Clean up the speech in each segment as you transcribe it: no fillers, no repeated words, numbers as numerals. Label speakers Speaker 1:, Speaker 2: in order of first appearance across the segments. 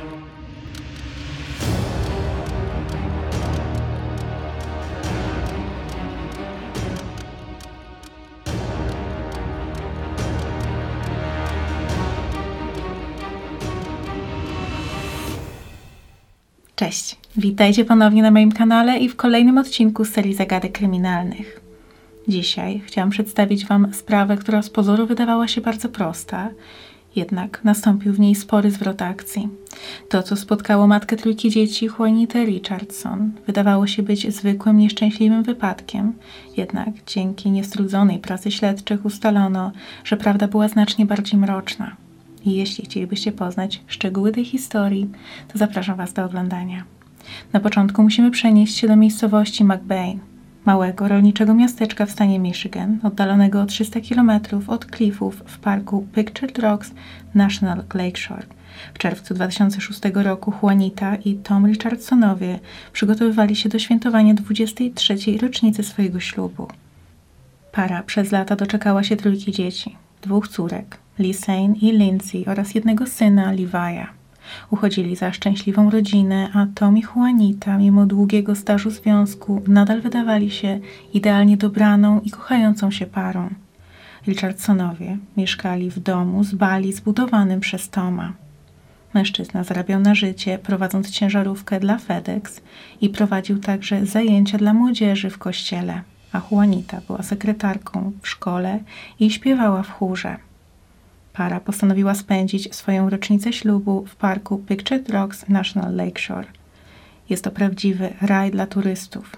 Speaker 1: Cześć, witajcie ponownie na moim kanale i w kolejnym odcinku z serii zagadek kryminalnych. Dzisiaj chciałam przedstawić Wam sprawę, która z pozoru wydawała się bardzo prosta, jednak nastąpił w niej spory zwrot akcji. To, co spotkało matkę trójki dzieci, Juanitę Richardson, wydawało się być zwykłym, nieszczęśliwym wypadkiem, jednak dzięki niestrudzonej pracy śledczych ustalono, że prawda była znacznie bardziej mroczna. I jeśli chcielibyście poznać szczegóły tej historii, to zapraszam Was do oglądania. Na początku musimy przenieść się do miejscowości McBain, małego rolniczego miasteczka w stanie Michigan, oddalonego o 300 km od klifów w parku Pictured Rocks National Lakeshore. W czerwcu 2006 roku Juanita i Tom Richardsonowie przygotowywali się do świętowania 23. rocznicy swojego ślubu. Para przez lata doczekała się trójki dzieci, 2 córek, Lisanne i Lindsay oraz jednego syna, Levi'a. Uchodzili za szczęśliwą rodzinę, a Tom i Juanita, mimo długiego stażu związku, nadal wydawali się idealnie dobraną i kochającą się parą. Richardsonowie mieszkali w domu z bali zbudowanym przez Toma. Mężczyzna zarabiał na życie, prowadząc ciężarówkę dla FedEx i prowadził także zajęcia dla młodzieży w kościele, a Juanita była sekretarką w szkole i śpiewała w chórze. Para postanowiła spędzić swoją rocznicę ślubu w parku Pictured Rocks National Lakeshore. Jest to prawdziwy raj dla turystów.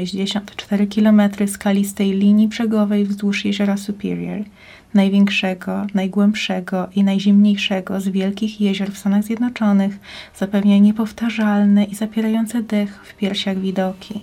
Speaker 1: 64 km skalistej linii brzegowej wzdłuż jeziora Superior, największego, najgłębszego i najzimniejszego z wielkich jezior w Stanach Zjednoczonych, zapewnia niepowtarzalne i zapierające dech w piersiach widoki.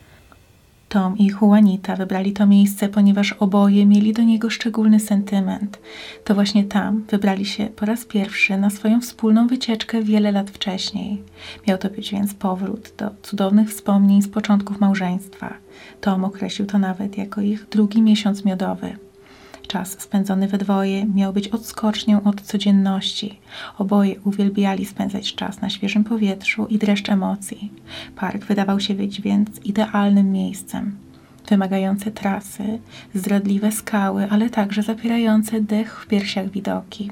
Speaker 1: Tom i Juanita wybrali to miejsce, ponieważ oboje mieli do niego szczególny sentyment. To właśnie tam wybrali się po raz pierwszy na swoją wspólną wycieczkę wiele lat wcześniej. Miał to być więc powrót do cudownych wspomnień z początków małżeństwa. Tom określił to nawet jako ich 2. miesiąc miodowy. Czas spędzony we dwoje miał być odskocznią od codzienności. Oboje uwielbiali spędzać czas na świeżym powietrzu i dreszcz emocji. Park wydawał się być więc idealnym miejscem. Wymagające trasy, zdradliwe skały, ale także zapierające dech w piersiach widoki.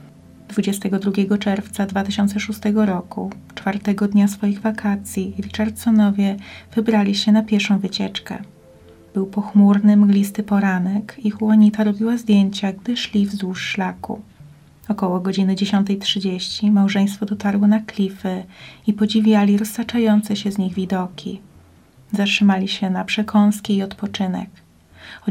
Speaker 1: 22 czerwca 2006 roku, 4. dnia swoich wakacji, Richardsonowie wybrali się na pieszą wycieczkę. Był pochmurny, mglisty poranek i Juanita robiła zdjęcia, gdy szli wzdłuż szlaku. Około godziny 10:30 małżeństwo dotarło na klify i podziwiali roztaczające się z nich widoki. Zatrzymali się na przekąski i odpoczynek. O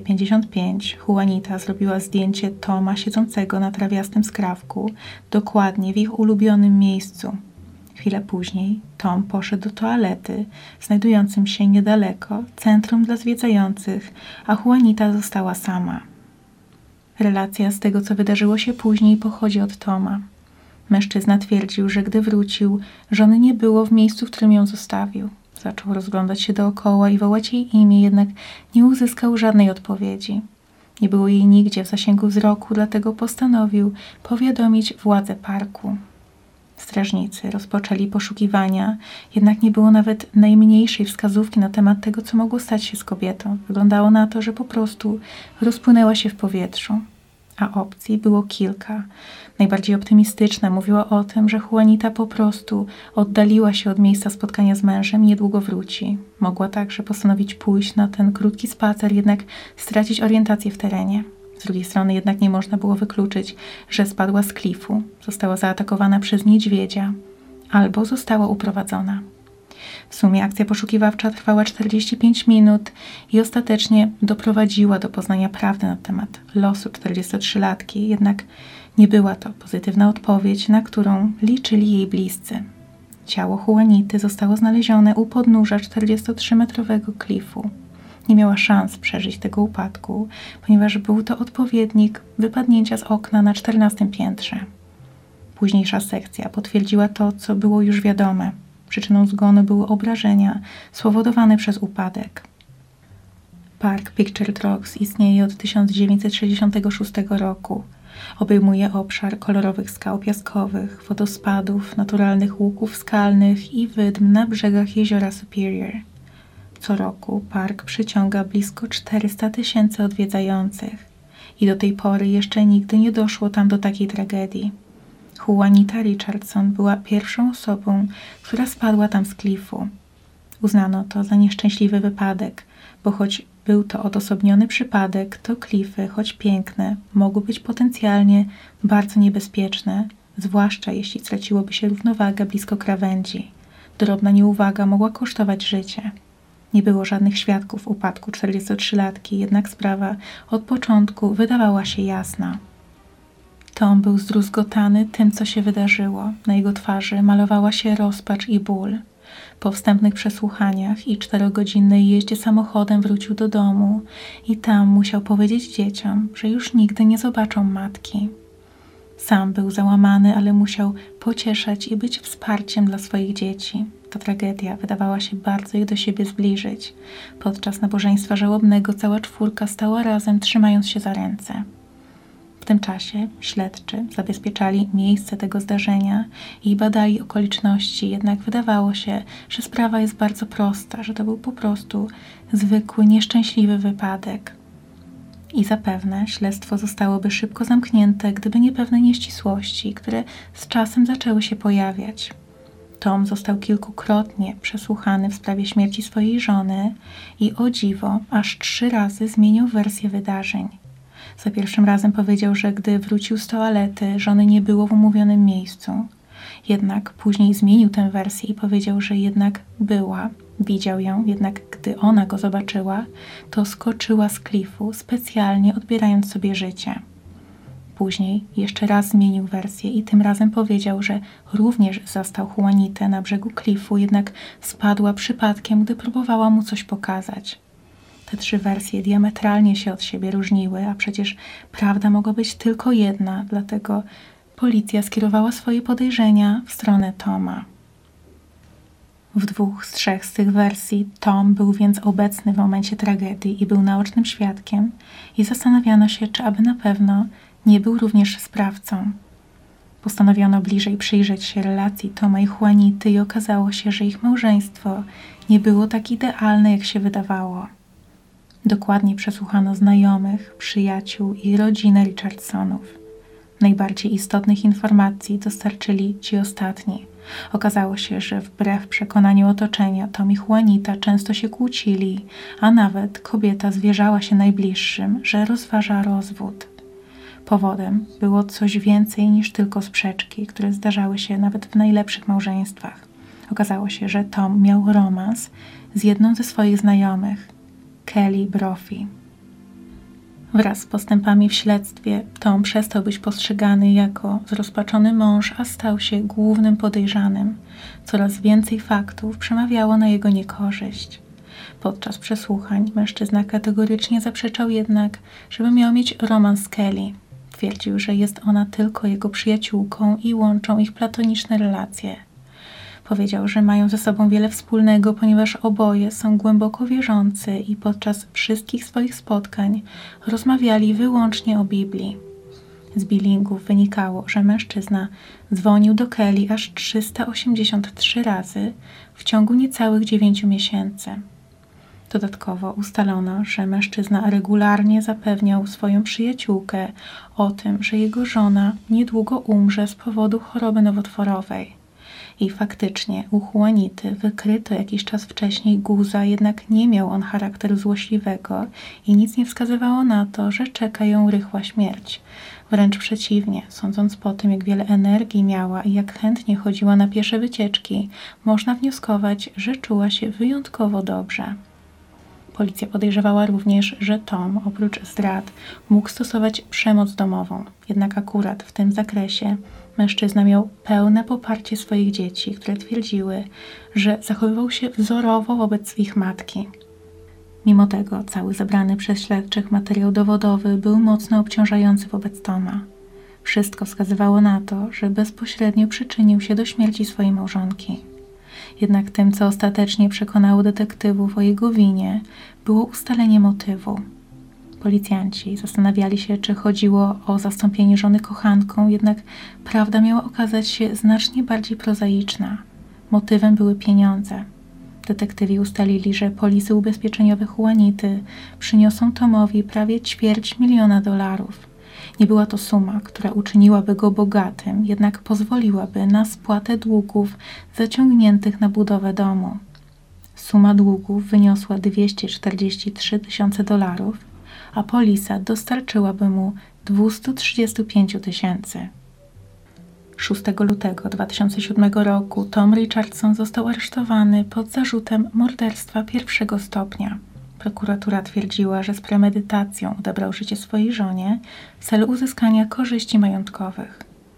Speaker 1: 10:55 Juanita zrobiła zdjęcie Toma siedzącego na trawiastym skrawku, dokładnie w ich ulubionym miejscu. Chwilę później Tom poszedł do toalety, znajdującym się niedaleko centrum dla zwiedzających, a Juanita została sama. Relacja z tego, co wydarzyło się później, pochodzi od Toma. Mężczyzna twierdził, że gdy wrócił, żony nie było w miejscu, w którym ją zostawił. Zaczął rozglądać się dookoła i wołać jej imię, jednak nie uzyskał żadnej odpowiedzi. Nie było jej nigdzie w zasięgu wzroku, dlatego postanowił powiadomić władze parku. Strażnicy rozpoczęli poszukiwania, jednak nie było nawet najmniejszej wskazówki na temat tego, co mogło stać się z kobietą. Wyglądało na to, że po prostu rozpłynęła się w powietrzu. A opcji było kilka. Najbardziej optymistyczna mówiła o tym, że Juanita po prostu oddaliła się od miejsca spotkania z mężem i niedługo wróci. Mogła także postanowić pójść na ten krótki spacer, jednak stracić orientację w terenie. Z drugiej strony jednak nie można było wykluczyć, że spadła z klifu, została zaatakowana przez niedźwiedzia albo została uprowadzona. W sumie akcja poszukiwawcza trwała 45 minut i ostatecznie doprowadziła do poznania prawdy na temat losu 43-latki, jednak nie była to pozytywna odpowiedź, na którą liczyli jej bliscy. Ciało Juanity zostało znalezione u podnóża 43-metrowego klifu. Nie miała szans przeżyć tego upadku, ponieważ był to odpowiednik wypadnięcia z okna na 14. piętrze. Późniejsza sekcja potwierdziła to, co było już wiadome. Przyczyną zgonu były obrażenia spowodowane przez upadek. Park Pictured Rocks istnieje od 1966 roku. Obejmuje obszar kolorowych skał piaskowych, wodospadów, naturalnych łuków skalnych i wydm na brzegach jeziora Superior. Co roku park przyciąga blisko 400 000 odwiedzających i do tej pory jeszcze nigdy nie doszło tam do takiej tragedii. Juanita Richardson była pierwszą osobą, która spadła tam z klifu. Uznano to za nieszczęśliwy wypadek, bo choć był to odosobniony przypadek, to klify, choć piękne, mogły być potencjalnie bardzo niebezpieczne, zwłaszcza jeśli straciłoby się równowagę blisko krawędzi. Drobna nieuwaga mogła kosztować życie. Nie było żadnych świadków upadku 43-latki, jednak sprawa od początku wydawała się jasna. Tom był zdruzgotany tym, co się wydarzyło. Na jego twarzy malowała się rozpacz i ból. Po wstępnych przesłuchaniach i 4-godzinnej jeździe samochodem wrócił do domu i tam musiał powiedzieć dzieciom, że już nigdy nie zobaczą matki. Sam był załamany, ale musiał pocieszać i być wsparciem dla swoich dzieci. Ta tragedia wydawała się bardzo ich do siebie zbliżyć. Podczas nabożeństwa żałobnego cała czwórka stała razem, trzymając się za ręce. W tym czasie śledczy zabezpieczali miejsce tego zdarzenia i badali okoliczności, jednak wydawało się, że sprawa jest bardzo prosta, że to był po prostu zwykły, nieszczęśliwy wypadek. I zapewne śledztwo zostałoby szybko zamknięte, gdyby nie pewne nieścisłości, które z czasem zaczęły się pojawiać. Tom został kilkukrotnie przesłuchany w sprawie śmierci swojej żony i o dziwo aż 3 razy zmienił wersję wydarzeń. Za pierwszym razem powiedział, że gdy wrócił z toalety, żony nie było w umówionym miejscu. Jednak później zmienił tę wersję i powiedział, że jednak była. Widział ją, jednak gdy ona go zobaczyła, to skoczyła z klifu, specjalnie odbierając sobie życie. Później jeszcze raz zmienił wersję i tym razem powiedział, że również zastał Juanitę na brzegu klifu, jednak spadła przypadkiem, gdy próbowała mu coś pokazać. Te 3 wersje diametralnie się od siebie różniły, a przecież prawda mogła być tylko jedna, dlatego policja skierowała swoje podejrzenia w stronę Toma. W 2 z 3 z tych wersji Tom był więc obecny w momencie tragedii i był naocznym świadkiem i zastanawiano się, czy aby na pewno nie był również sprawcą. Postanowiono bliżej przyjrzeć się relacji Toma i Juanity i okazało się, że ich małżeństwo nie było tak idealne, jak się wydawało. Dokładnie przesłuchano znajomych, przyjaciół i rodzinę Richardsonów. Najbardziej istotnych informacji dostarczyli ci ostatni. Okazało się, że wbrew przekonaniu otoczenia Tom i Juanita często się kłócili, a nawet kobieta zwierzała się najbliższym, że rozważa rozwód. Powodem było coś więcej niż tylko sprzeczki, które zdarzały się nawet w najlepszych małżeństwach. Okazało się, że Tom miał romans z jedną ze swoich znajomych, Kelly Brophy. Wraz z postępami w śledztwie Tom przestał być postrzegany jako zrozpaczony mąż, a stał się głównym podejrzanym. Coraz więcej faktów przemawiało na jego niekorzyść. Podczas przesłuchań mężczyzna kategorycznie zaprzeczał jednak, żeby miał mieć romans z Kelly. Twierdził, że jest ona tylko jego przyjaciółką i łączą ich platoniczne relacje. Powiedział, że mają ze sobą wiele wspólnego, ponieważ oboje są głęboko wierzący i podczas wszystkich swoich spotkań rozmawiali wyłącznie o Biblii. Z billingów wynikało, że mężczyzna dzwonił do Kelly aż 383 razy w ciągu niecałych 9 miesięcy. Dodatkowo ustalono, że mężczyzna regularnie zapewniał swoją przyjaciółkę o tym, że jego żona niedługo umrze z powodu choroby nowotworowej. I faktycznie u Juanity wykryto jakiś czas wcześniej guza, jednak nie miał on charakteru złośliwego i nic nie wskazywało na to, że czeka ją rychła śmierć. Wręcz przeciwnie, sądząc po tym, jak wiele energii miała i jak chętnie chodziła na piesze wycieczki, można wnioskować, że czuła się wyjątkowo dobrze. Policja podejrzewała również, że Tom, oprócz zdrad, mógł stosować przemoc domową. Jednak akurat w tym zakresie mężczyzna miał pełne poparcie swoich dzieci, które twierdziły, że zachowywał się wzorowo wobec ich matki. Mimo tego cały zebrany przez śledczych materiał dowodowy był mocno obciążający wobec Toma. Wszystko wskazywało na to, że bezpośrednio przyczynił się do śmierci swojej małżonki. Jednak tym, co ostatecznie przekonało detektywów o jego winie, było ustalenie motywu. Policjanci zastanawiali się, czy chodziło o zastąpienie żony kochanką, jednak prawda miała okazać się znacznie bardziej prozaiczna. Motywem były pieniądze. Detektywi ustalili, że polisy ubezpieczeniowe Juanity przyniosą Tomowi prawie $250 000. Nie była to suma, która uczyniłaby go bogatym, jednak pozwoliłaby na spłatę długów zaciągniętych na budowę domu. Suma długów wyniosła $243 000, a polisa dostarczyłaby mu 235 000. 6 lutego 2007 roku Tom Richardson został aresztowany pod zarzutem morderstwa pierwszego stopnia. Prokuratura twierdziła, że z premedytacją odebrał życie swojej żonie w celu uzyskania korzyści majątkowych.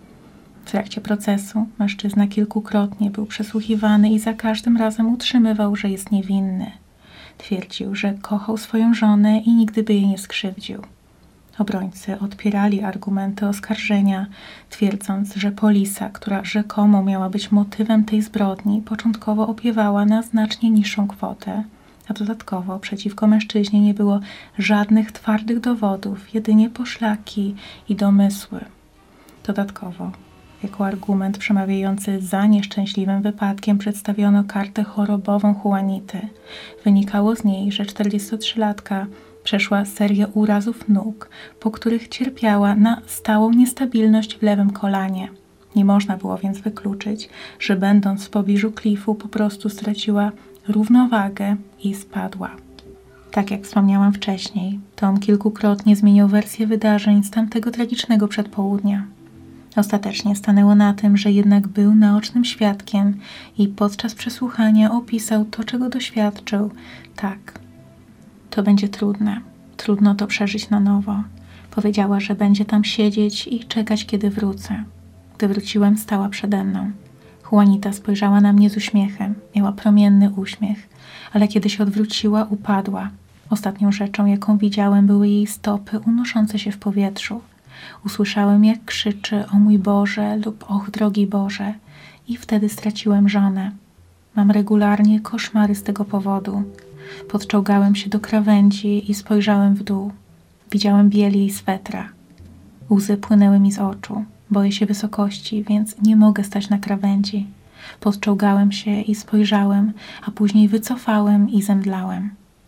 Speaker 1: W trakcie procesu mężczyzna kilkukrotnie był przesłuchiwany i za każdym razem utrzymywał, że jest niewinny. Twierdził, że kochał swoją żonę i nigdy by jej nie skrzywdził. Obrońcy odpierali argumenty oskarżenia, twierdząc, że polisa, która rzekomo miała być motywem tej zbrodni, początkowo opiewała na znacznie niższą kwotę, a dodatkowo przeciwko mężczyźnie nie było żadnych twardych dowodów, jedynie poszlaki i domysły. Dodatkowo, jako argument przemawiający za nieszczęśliwym wypadkiem przedstawiono kartę chorobową Juanity. Wynikało z niej, że 43-latka przeszła serię urazów nóg, po których cierpiała na stałą niestabilność w lewym kolanie. Nie można było więc wykluczyć, że będąc w pobliżu klifu po prostu straciła równowagę i spadła. Tak jak wspomniałam wcześniej, Tom kilkukrotnie zmieniał wersję wydarzeń z tamtego tragicznego przedpołudnia. Ostatecznie stanęło na tym, że jednak był naocznym świadkiem i podczas przesłuchania opisał to, czego doświadczył. Tak, to będzie trudne. Trudno to przeżyć na nowo. Powiedziała, że będzie tam siedzieć i czekać, kiedy wrócę. Gdy wróciłem, stała przede mną. Juanita spojrzała na mnie z uśmiechem. Miała promienny uśmiech, ale kiedy się odwróciła, upadła. Ostatnią rzeczą, jaką widziałem, były jej stopy unoszące się w powietrzu. Usłyszałem, jak krzyczy: o mój Boże lub och, drogi Boże, i wtedy straciłem żonę. Mam regularnie koszmary z tego powodu. Podczołgałem się do krawędzi i spojrzałem w dół. Widziałem biel jej swetra. Łzy płynęły mi z oczu. Boję się wysokości, więc nie mogę stać na krawędzi. Podczołgałem się i spojrzałem, a później wycofałem i zemdlałem.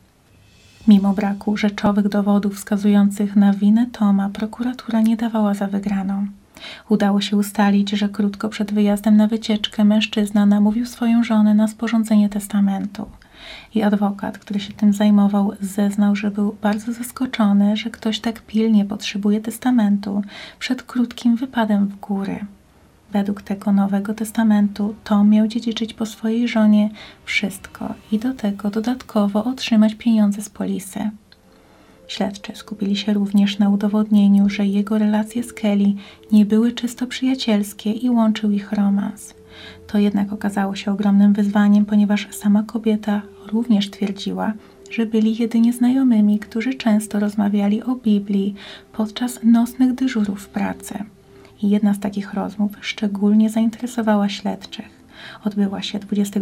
Speaker 1: Mimo braku rzeczowych dowodów wskazujących na winę Toma, prokuratura nie dawała za wygraną. Udało się ustalić, że krótko przed wyjazdem na wycieczkę mężczyzna namówił swoją żonę na sporządzenie testamentu. I adwokat, który się tym zajmował, zeznał, że był bardzo zaskoczony, że ktoś tak pilnie potrzebuje testamentu przed krótkim wypadem w góry. Według tego nowego testamentu Tom miał dziedziczyć po swojej żonie wszystko i do tego dodatkowo otrzymać pieniądze z polisy. Śledczy skupili się również na udowodnieniu, że jego relacje z Kelly nie były czysto przyjacielskie i łączył ich romans. To jednak okazało się ogromnym wyzwaniem, ponieważ sama kobieta również twierdziła, że byli jedynie znajomymi, którzy często rozmawiali o Biblii podczas nocnych dyżurów w pracy. I jedna z takich rozmów szczególnie zainteresowała śledczych. Odbyła się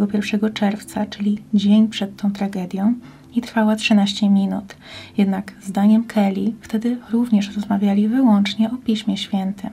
Speaker 1: 21 czerwca, czyli dzień przed tą tragedią, i trwała 13 minut. Jednak zdaniem Kelly wtedy również rozmawiali wyłącznie o Piśmie Świętym.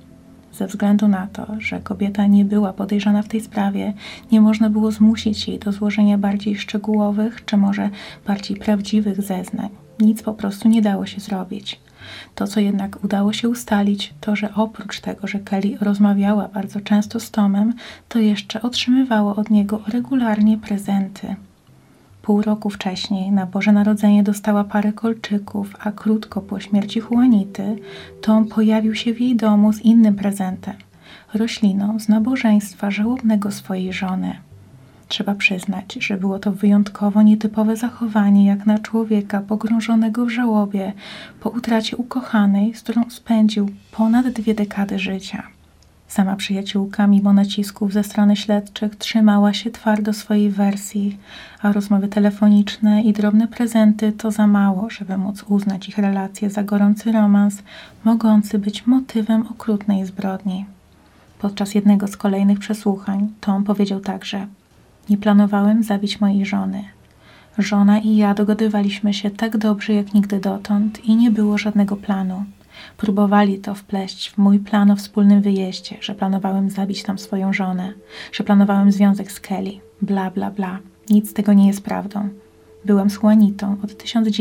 Speaker 1: Ze względu na to, że kobieta nie była podejrzana w tej sprawie, nie można było zmusić jej do złożenia bardziej szczegółowych, czy może bardziej prawdziwych zeznań. Nic po prostu nie dało się zrobić. To, co jednak udało się ustalić, to, że oprócz tego, że Kelly rozmawiała bardzo często z Tomem, to jeszcze otrzymywała od niego regularnie prezenty. Pół roku wcześniej, na Boże Narodzenie, dostała parę kolczyków, a krótko po śmierci Juanity Tom pojawił się w jej domu z innym prezentem – rośliną z nabożeństwa żałobnego swojej żony. Trzeba przyznać, że było to wyjątkowo nietypowe zachowanie jak na człowieka pogrążonego w żałobie po utracie ukochanej, z którą spędził ponad 2 dekady życia. Sama przyjaciółka, mimo nacisków ze strony śledczych, trzymała się twardo swojej wersji, a rozmowy telefoniczne i drobne prezenty to za mało, żeby móc uznać ich relacje za gorący romans, mogący być motywem okrutnej zbrodni. Podczas jednego z kolejnych przesłuchań Tom powiedział także: nie planowałem zabić mojej żony. Żona i ja dogadywaliśmy się tak dobrze jak nigdy dotąd i nie było żadnego planu. Próbowali to wpleść w mój plan o wspólnym wyjeździe, że planowałem zabić tam swoją żonę, że planowałem związek z Kelly, bla bla bla. Nic z tego nie jest prawdą. Byłem z Juanitą od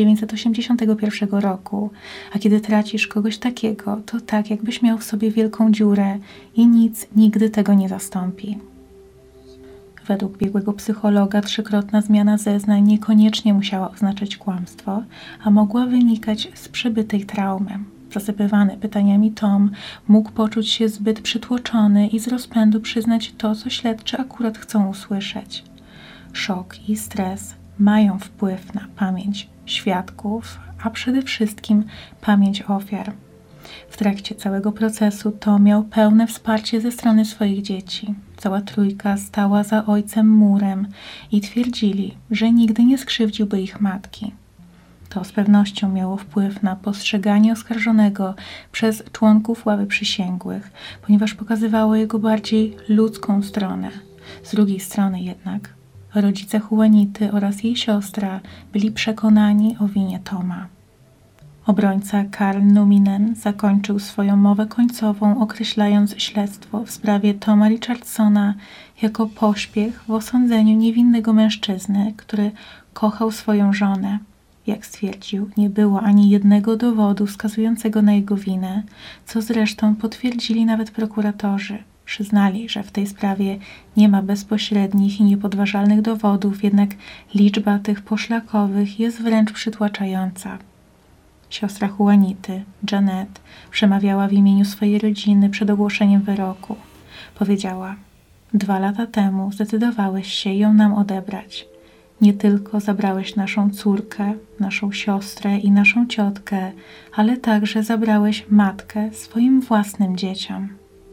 Speaker 1: 1981 roku, a kiedy tracisz kogoś takiego, to tak jakbyś miał w sobie wielką dziurę i nic nigdy tego nie zastąpi. Według biegłego psychologa 3-krotna zmiana zeznań niekoniecznie musiała oznaczać kłamstwo, a mogła wynikać z przebytej traumy. Zasypywany pytaniami Tom mógł poczuć się zbyt przytłoczony i z rozpędu przyznać to, co śledczy akurat chcą usłyszeć. Szok i stres mają wpływ na pamięć świadków, a przede wszystkim pamięć ofiar. W trakcie całego procesu Tom miał pełne wsparcie ze strony swoich dzieci. Cała trójka stała za ojcem murem i twierdzili, że nigdy nie skrzywdziłby ich matki. To z pewnością miało wpływ na postrzeganie oskarżonego przez członków ławy przysięgłych, ponieważ pokazywało jego bardziej ludzką stronę. Z drugiej strony jednak rodzice Juanity oraz jej siostra byli przekonani o winie Toma. Obrońca Karl Numinen zakończył swoją mowę końcową, określając śledztwo w sprawie Toma Richardsona jako pośpiech w osądzeniu niewinnego mężczyzny, który kochał swoją żonę. Jak stwierdził, nie było ani jednego dowodu wskazującego na jego winę, co zresztą potwierdzili nawet prokuratorzy. Przyznali, że w tej sprawie nie ma bezpośrednich i niepodważalnych dowodów, jednak liczba tych poszlakowych jest wręcz przytłaczająca. Siostra Juanity, Janet, przemawiała w imieniu swojej rodziny przed ogłoszeniem wyroku. Powiedziała: 2 lata temu zdecydowałeś się ją nam odebrać. Nie tylko zabrałeś naszą córkę, naszą siostrę i naszą ciotkę, ale także zabrałeś matkę swoim własnym dzieciom.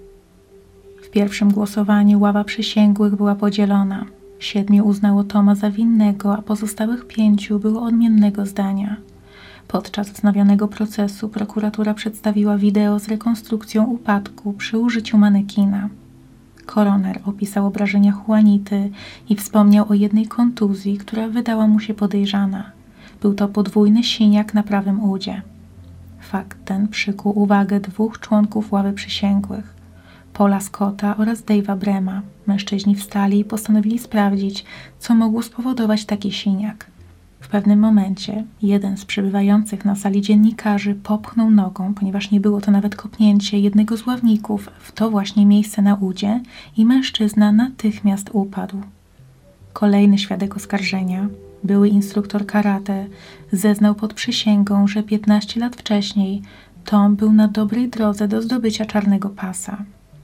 Speaker 1: W pierwszym głosowaniu ława przysięgłych była podzielona. 7 uznało Toma za winnego, a pozostałych 5 było odmiennego zdania. Podczas wznowionego procesu prokuratura przedstawiła wideo z rekonstrukcją upadku przy użyciu manekina. Koroner opisał obrażenia Juanity i wspomniał o jednej kontuzji, która wydała mu się podejrzana. Był to podwójny siniak na prawym udzie. Fakt ten przykuł uwagę 2 członków ławy przysięgłych, Paula Scotta oraz Dave'a Brema. Mężczyźni wstali i postanowili sprawdzić, co mogło spowodować taki siniak. W pewnym momencie jeden z przybywających na sali dziennikarzy popchnął nogą, ponieważ nie było to nawet kopnięcie, jednego z ławników w to właśnie miejsce na udzie i mężczyzna natychmiast upadł. Kolejny świadek oskarżenia, były instruktor karate, zeznał pod przysięgą, że 15 lat wcześniej Tom był na dobrej drodze do zdobycia czarnego pasa.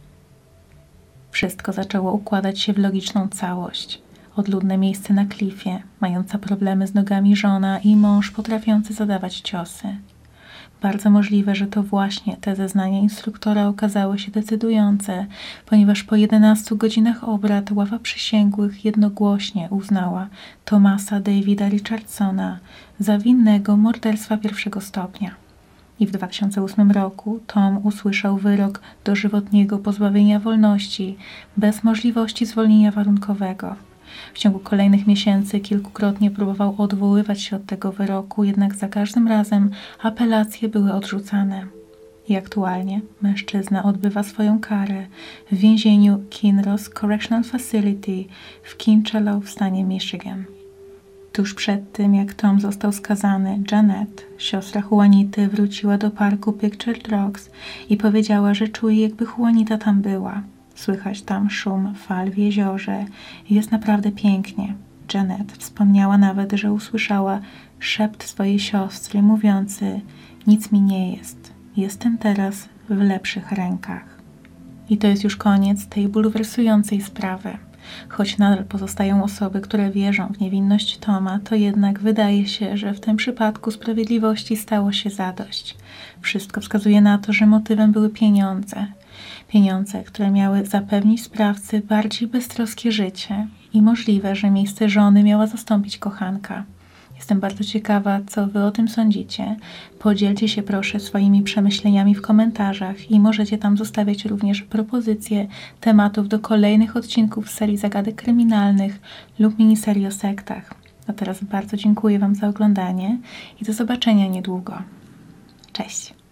Speaker 1: Wszystko zaczęło układać się w logiczną całość. Odludne miejsce na klifie, mająca problemy z nogami żona i mąż potrafiący zadawać ciosy. Bardzo możliwe, że to właśnie te zeznania instruktora okazały się decydujące, ponieważ po 11 godzinach obrad ława przysięgłych jednogłośnie uznała Thomasa Davida Richardsona za winnego morderstwa 1. stopnia. I w 2008 roku Tom usłyszał wyrok dożywotniego pozbawienia wolności bez możliwości zwolnienia warunkowego. W ciągu kolejnych miesięcy kilkukrotnie próbował odwoływać się od tego wyroku, jednak za każdym razem apelacje były odrzucane. I aktualnie mężczyzna odbywa swoją karę w więzieniu Kinross Correctional Facility w Kinchelow w stanie Michigan. Tuż przed tym, jak Tom został skazany, Janet, siostra Juanity, wróciła do parku Pictured Rocks i powiedziała, że czuje, jakby Juanita tam była. Słychać tam szum fal w jeziorze i jest naprawdę pięknie. Janet wspomniała nawet, że usłyszała szept swojej siostry mówiący: nic mi nie jest, jestem teraz w lepszych rękach. I to jest już koniec tej bulwersującej sprawy. Choć nadal pozostają osoby, które wierzą w niewinność Toma, to jednak wydaje się, że w tym przypadku sprawiedliwości stało się zadość. Wszystko wskazuje na to, że motywem były pieniądze. Pieniądze, które miały zapewnić sprawcy bardziej beztroskie życie i możliwe, że miejsce żony miała zastąpić kochanka. Jestem bardzo ciekawa, co wy o tym sądzicie. Podzielcie się proszę swoimi przemyśleniami w komentarzach i możecie tam zostawiać również propozycje tematów do kolejnych odcinków z serii zagadek kryminalnych lub miniserii o sektach. A teraz bardzo dziękuję Wam za oglądanie i do zobaczenia niedługo. Cześć!